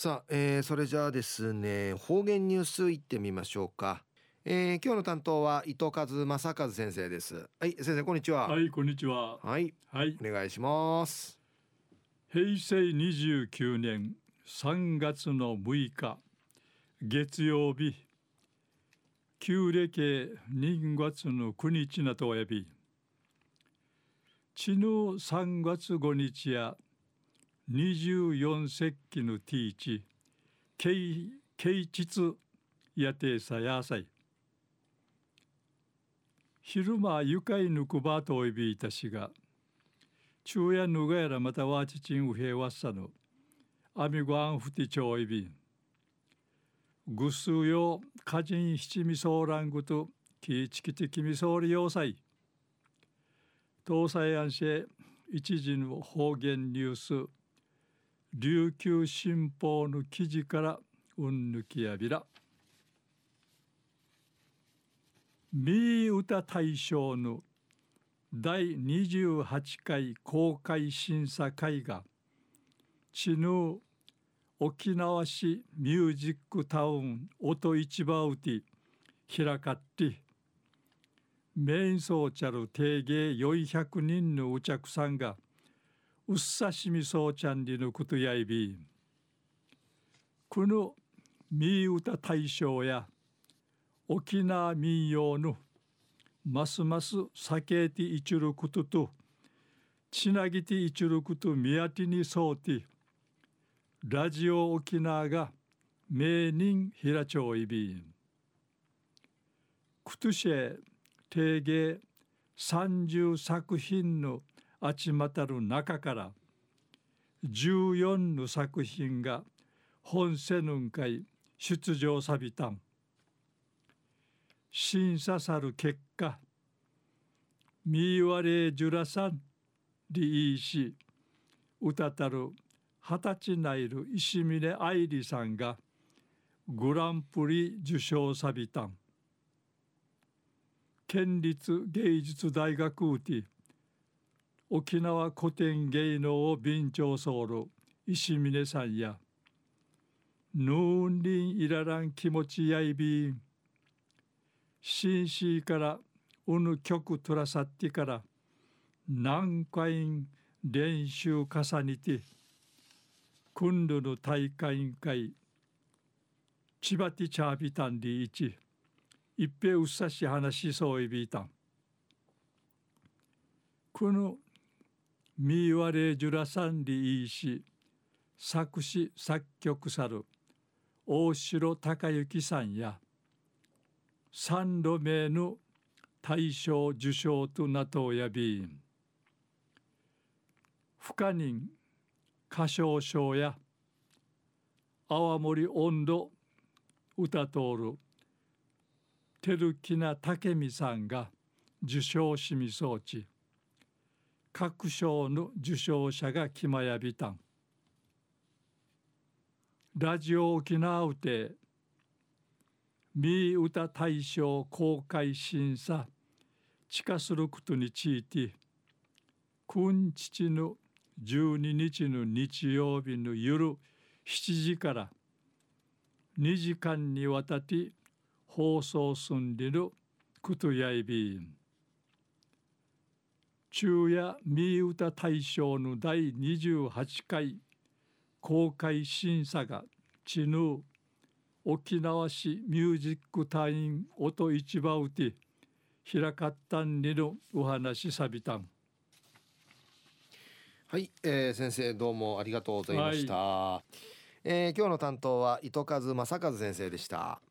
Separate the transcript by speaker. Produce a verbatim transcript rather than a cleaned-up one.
Speaker 1: さあ、えーそれじゃあですね、方言ニュースいってみましょうか。えー今日の担当は伊藤和正和先生です。はい、先生こんにちは。
Speaker 2: はい、こんにちは。
Speaker 1: はい、
Speaker 2: はい、
Speaker 1: お願いします。
Speaker 2: 平成にじゅうきゅうねんさんがつのむいか、月曜日、旧暦にがつのくにちなとおやび、ちぬさんがつごにちやにじゅうよんせっきのティーチ、けい、けいちつやてさやさい。昼間ゆかいぬくばとおいびいたしが、昼夜ぬがやらまたわちちんうへいわっさぬ、あみごあんふてちょいびん。ぐすうよかじん七味ソーラングときちきてきみそうり要塞。東西安市一時の方言ニュース、琉球新報の記事からうんぬきやびら。みー歌大賞のだいにじゅうはちかい公開審査会が、ちぬ沖縄市ミュージックタウン音市場うて開かって、メインソーチャル定芸よんひゃくにんのお客さんがうっさしみそうちゃんりのことやいび、このミー歌大賞や沖縄民謡のますます避けていちることとちなぎていちることみやてにそうて、ラジオ沖縄が名人平町いびん。くとしえ定芸さんじゅうさくひんのあちまたる中からじゅうよんの作品が本セヌン会出場さびたん。審査さる結果、みーわれじゅらさんりいし、歌たるはたちないる石峰愛理さんがグランプリ受賞さびたん。県立芸術大学うて沖縄古典芸能を備長そうる石峰さんや、ヌーンリンイララン気持ちやいびん、シンシーからうぬ曲とらさってから何回練習重ねて、くんるの大会委員会千葉ティチャービタンリーチ一平うっさし話しそういびいたん。このみーわれじゅらさんりいし作詞作曲さる大城隆之さんや、三度目の大賞受賞となとおやびん、深人歌唱賞や泡盛温度歌通る照木名武美さんが受賞しみそうち、各賞の受賞者が決まやびたん。ラジオ沖縄うてみー歌大賞公開審査近することについて、今日のじゅうににちの日曜日の夜しちじからにじかんにわたって放送すんでることやいびん。昼夜みー歌大賞のだいにじゅうはちかい公開審査がちぬ沖縄市ミュージックタイン音市場うて開かったんにのお話さびたん。
Speaker 1: はい、えー先生どうもありがとうございました。
Speaker 2: は
Speaker 1: えー今日の担当は伊藤和正和先生でした。